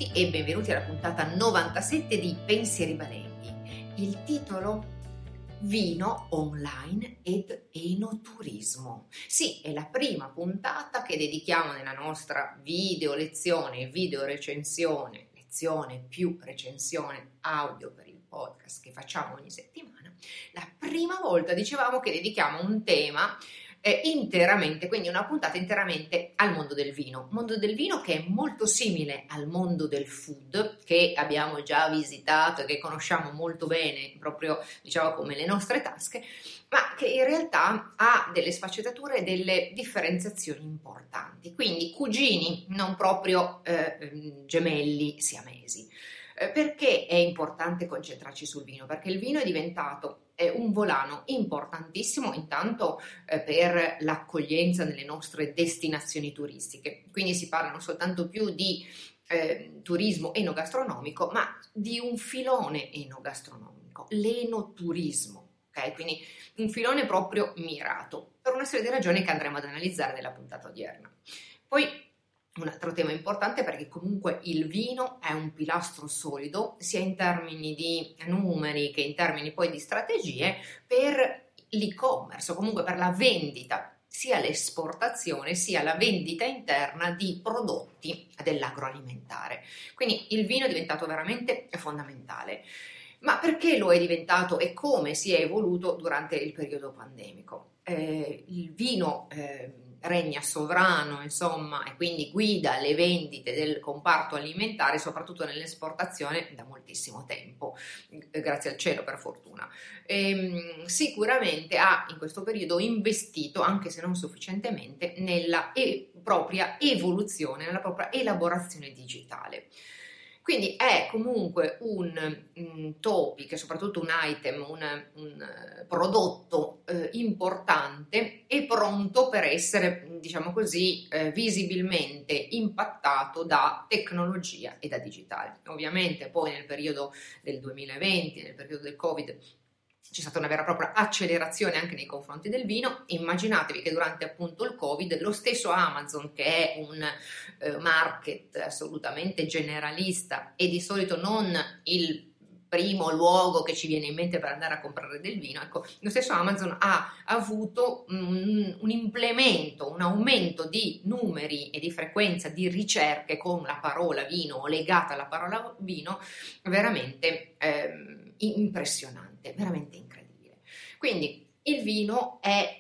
tutti e benvenuti alla puntata 97 di Pensieri Balenghi. Il titolo: Vino online ed enoturismo. Sì, è la prima puntata che dedichiamo nella nostra video lezione più recensione audio per il podcast che facciamo ogni settimana. La prima volta dicevamo che dedichiamo un tema interamente, quindi una puntata interamente al mondo del vino che è molto simile al mondo del food, che abbiamo già visitato e che conosciamo molto bene, proprio diciamo come le nostre tasche, ma che in realtà ha delle sfaccettature e delle differenziazioni importanti, quindi cugini, non proprio gemelli siamesi. Perché è importante concentrarci sul vino? Perché il vino è diventato un volano importantissimo intanto per l'accoglienza nelle nostre destinazioni turistiche, quindi si parla non soltanto più di turismo enogastronomico, ma di un filone enogastronomico, l'enoturismo, ok? Quindi un filone proprio mirato per una serie di ragioni che andremo ad analizzare nella puntata odierna. Poi un altro tema importante, perché comunque il vino è un pilastro solido sia in termini di numeri che in termini poi di strategie per l'e-commerce o comunque per la vendita, sia l'esportazione sia la vendita interna di prodotti dell'agroalimentare. Quindi il vino è diventato veramente fondamentale. Ma perché lo è diventato e come si è evoluto durante il periodo pandemico? Il vino regna sovrano, insomma, e quindi guida le vendite del comparto alimentare, soprattutto nell'esportazione, da moltissimo tempo, grazie al cielo, per fortuna. Sicuramente ha in questo periodo investito, anche se non sufficientemente, nella propria evoluzione, nella propria elaborazione digitale. Quindi è comunque un topic, soprattutto un item, un prodotto importante e pronto per essere, diciamo così, visibilmente impattato da tecnologia e da digitale. Ovviamente poi nel periodo del 2020, nel periodo del Covid, c'è stata una vera e propria accelerazione anche nei confronti del vino. Immaginatevi che durante appunto il Covid lo stesso Amazon, che è un market assolutamente generalista e di solito non il primo luogo che ci viene in mente per andare a comprare del vino, ecco, lo stesso Amazon ha avuto un implemento, un aumento di numeri e di frequenza di ricerche con la parola vino o legata alla parola vino veramente impressionante, veramente incredibile. Quindi il vino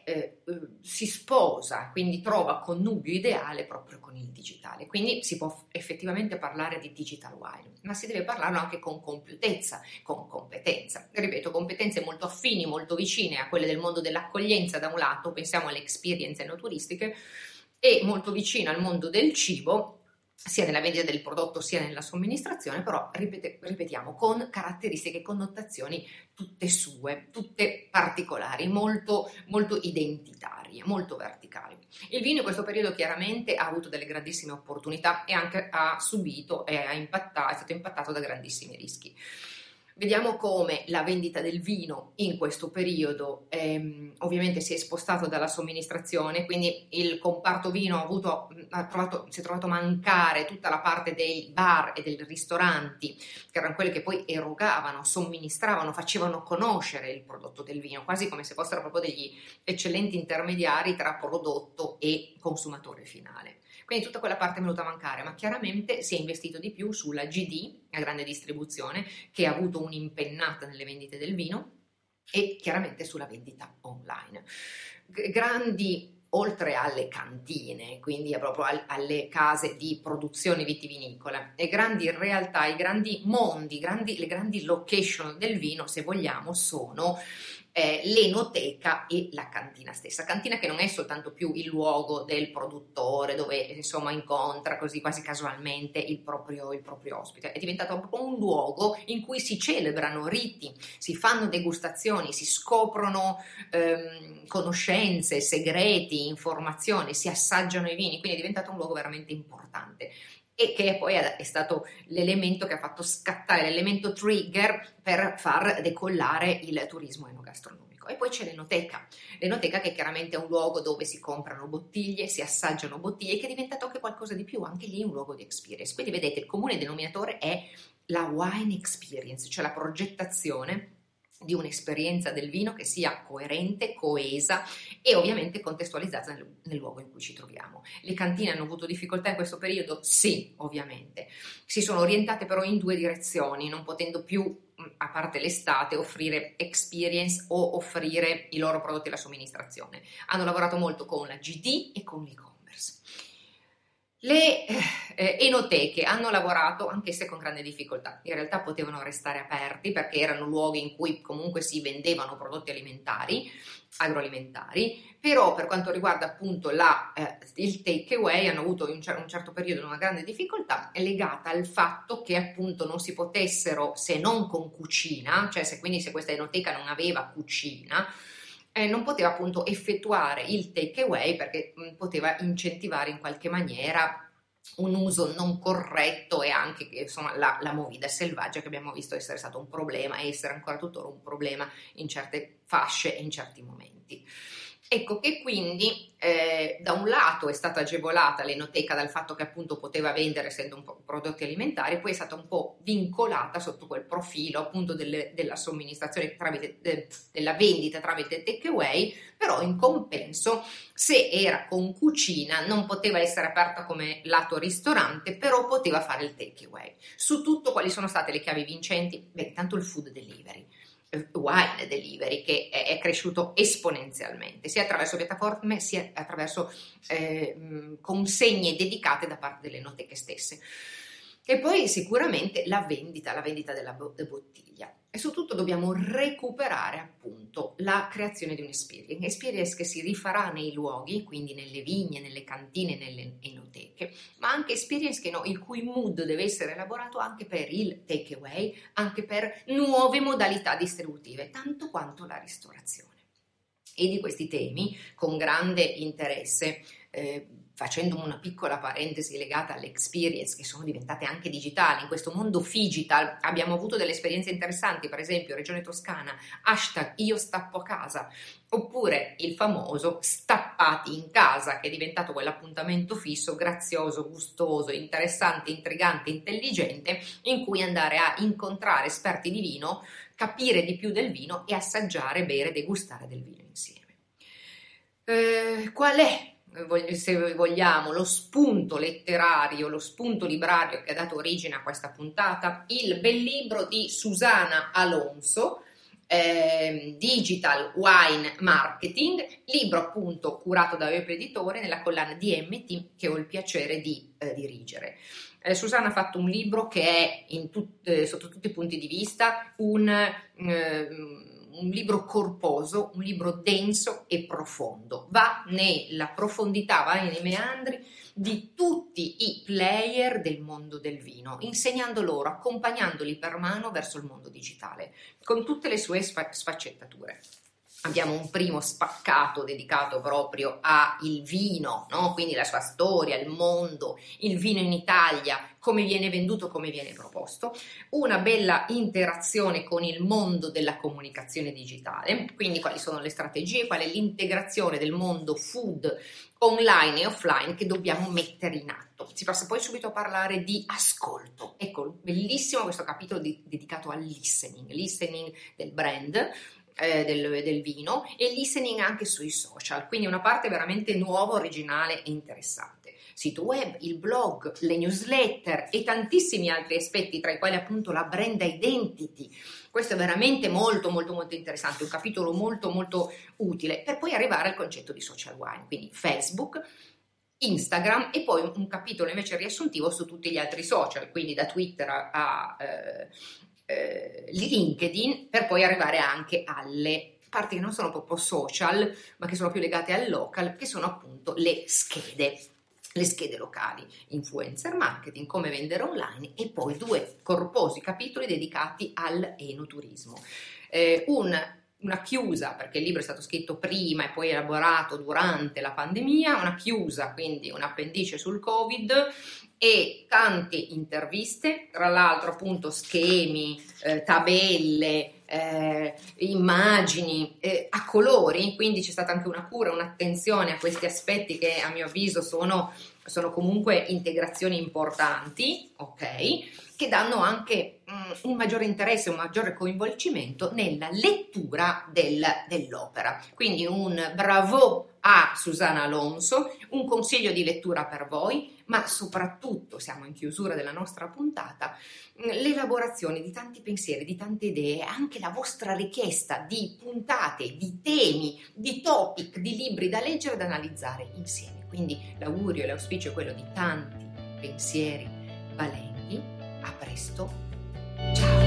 si sposa, quindi trova connubio ideale proprio con il digitale, quindi si può effettivamente parlare di digital wine, ma si deve parlarlo anche con compiutezza, con competenza. Ripeto, competenze molto affini, molto vicine a quelle del mondo dell'accoglienza da un lato, pensiamo alle experience enoturistiche, e molto vicine al mondo del cibo, sia nella vendita del prodotto sia nella somministrazione, però ripetiamo, con caratteristiche e connotazioni tutte sue, tutte particolari, molto, molto identitarie, molto verticali. Il vino in questo periodo chiaramente ha avuto delle grandissime opportunità e anche ha subito e è stato impattato da grandissimi rischi. Vediamo come la vendita del vino in questo periodo ovviamente si è spostato dalla somministrazione, quindi il comparto vino si è trovato a mancare tutta la parte dei bar e dei ristoranti, che erano quelli che poi erogavano, somministravano, facevano conoscere il prodotto del vino, quasi come se fossero proprio degli eccellenti intermediari tra prodotto e consumatore finale. Quindi tutta quella parte è venuta a mancare, ma chiaramente si è investito di più sulla GD, la grande distribuzione, che ha avuto un'impennata nelle vendite del vino, e chiaramente sulla vendita online. Grandi, oltre alle cantine, quindi proprio alle case di produzione vitivinicola, e grandi realtà, i grandi mondi, le grandi location del vino, se vogliamo, sono l'enoteca e la cantina stessa. Cantina che non è soltanto più il luogo del produttore dove insomma incontra così quasi casualmente il proprio ospite, è diventato proprio un luogo in cui si celebrano riti, si fanno degustazioni, si scoprono conoscenze, segreti, informazioni, si assaggiano i vini, quindi è diventato un luogo veramente importante. e che poi è stato l'elemento che ha fatto scattare, l'elemento trigger per far decollare il turismo enogastronomico. E poi c'è l'enoteca che chiaramente è un luogo dove si comprano bottiglie, si assaggiano bottiglie, che è diventato anche qualcosa di più, anche lì un luogo di experience. Quindi vedete, il comune denominatore è la wine experience, cioè la progettazione di un'esperienza del vino che sia coerente, coesa e ovviamente contestualizzata nel luogo in cui ci troviamo. Le cantine hanno avuto difficoltà in questo periodo? Sì, ovviamente. Si sono orientate però in due direzioni, non potendo più, a parte l'estate, offrire experience o offrire i loro prodotti alla somministrazione. Hanno lavorato molto con la GD e con l'e-commerce. Le enoteche hanno lavorato anch'esse con grande difficoltà, in realtà potevano restare aperti perché erano luoghi in cui comunque si vendevano prodotti alimentari, agroalimentari, però per quanto riguarda appunto il take away hanno avuto in un certo periodo una grande difficoltà legata al fatto che appunto non si potessero, se non con cucina, cioè se questa enoteca non aveva cucina, non poteva appunto effettuare il take away perché poteva incentivare in qualche maniera un uso non corretto e anche insomma la movida selvaggia che abbiamo visto essere stato un problema e essere ancora tuttora un problema in certe fasce e in certi momenti. Ecco che quindi da un lato è stata agevolata l'enoteca dal fatto che appunto poteva vendere essendo un po' prodotti alimentari, poi è stata un po' vincolata sotto quel profilo appunto della somministrazione della vendita tramite take away, però in compenso se era con cucina non poteva essere aperta come lato ristorante, però poteva fare il take away. Su tutto quali sono state le chiavi vincenti? Beh, intanto il food delivery. Wine delivery che è cresciuto esponenzialmente sia attraverso piattaforme sia attraverso consegne dedicate da parte delle enoteche stesse. E poi sicuramente la vendita della bottiglia. E su tutto dobbiamo recuperare appunto la creazione di un'esperience che si rifarà nei luoghi, quindi nelle vigne, nelle cantine, nelle enoteche, ma anche experience il cui mood deve essere elaborato anche per il take away, anche per nuove modalità distributive, tanto quanto la ristorazione. E di questi temi, con grande interesse, facendo una piccola parentesi legata alle experience che sono diventate anche digitali, in questo mondo digital abbiamo avuto delle esperienze interessanti, per esempio Regione Toscana, #io stappo a casa, oppure il famoso stappati in casa che è diventato quell'appuntamento fisso, grazioso, gustoso, interessante, intrigante, intelligente, in cui andare a incontrare esperti di vino, capire di più del vino e assaggiare, bere, degustare del vino insieme. Qual è, se vogliamo, lo spunto letterario, lo spunto librario che ha dato origine a questa puntata? Il bel libro di Susana Alonso, Digital Wine Marketing, libro appunto curato da Web Editore nella collana DMT che ho il piacere di dirigere. Susana ha fatto un libro che è sotto tutti i punti di vista un libro corposo, un libro denso e profondo, va nella profondità, va nei meandri di tutti i player del mondo del vino, insegnando loro, accompagnandoli per mano verso il mondo digitale, con tutte le sue sfaccettature. Abbiamo un primo spaccato dedicato proprio al vino, no? Quindi la sua storia, il mondo, il vino in Italia, come viene venduto, come viene proposto, una bella interazione con il mondo della comunicazione digitale, quindi quali sono le strategie, qual è l'integrazione del mondo food online e offline che dobbiamo mettere in atto. Si passa poi subito a parlare di ascolto. Ecco, bellissimo questo capitolo dedicato al listening del brand, del vino, e listening anche sui social, quindi una parte veramente nuova, originale e interessante. Sito web, il blog, le newsletter e tantissimi altri aspetti, tra i quali appunto la brand identity. Questo è veramente molto molto molto interessante, un capitolo molto molto utile, per poi arrivare al concetto di social wine, quindi Facebook, Instagram e poi un capitolo invece riassuntivo su tutti gli altri social, quindi da Twitter a LinkedIn, per poi arrivare anche alle parti che non sono proprio social ma che sono più legate al local, che sono appunto le schede locali, influencer marketing, come vendere online, e poi 2 corposi capitoli dedicati al enoturismo. Un una chiusa, perché il libro è stato scritto prima e poi elaborato durante la pandemia, una chiusa, quindi un appendice sul Covid e tante interviste, tra l'altro appunto schemi, tabelle, immagini a colori, quindi c'è stata anche una cura, un'attenzione a questi aspetti che a mio avviso sono comunque integrazioni importanti, ok? Che danno anche un maggiore interesse, un maggiore coinvolgimento nella lettura dell'opera. Quindi un bravo a Susanna Alonso, un consiglio di lettura per voi, ma soprattutto, siamo in chiusura della nostra puntata, l'elaborazione di tanti pensieri, di tante idee, anche la vostra richiesta di puntate, di temi, di topic, di libri da leggere e da analizzare insieme. Quindi l'augurio e l'auspicio è quello di tanti pensieri valenti. A presto, ciao!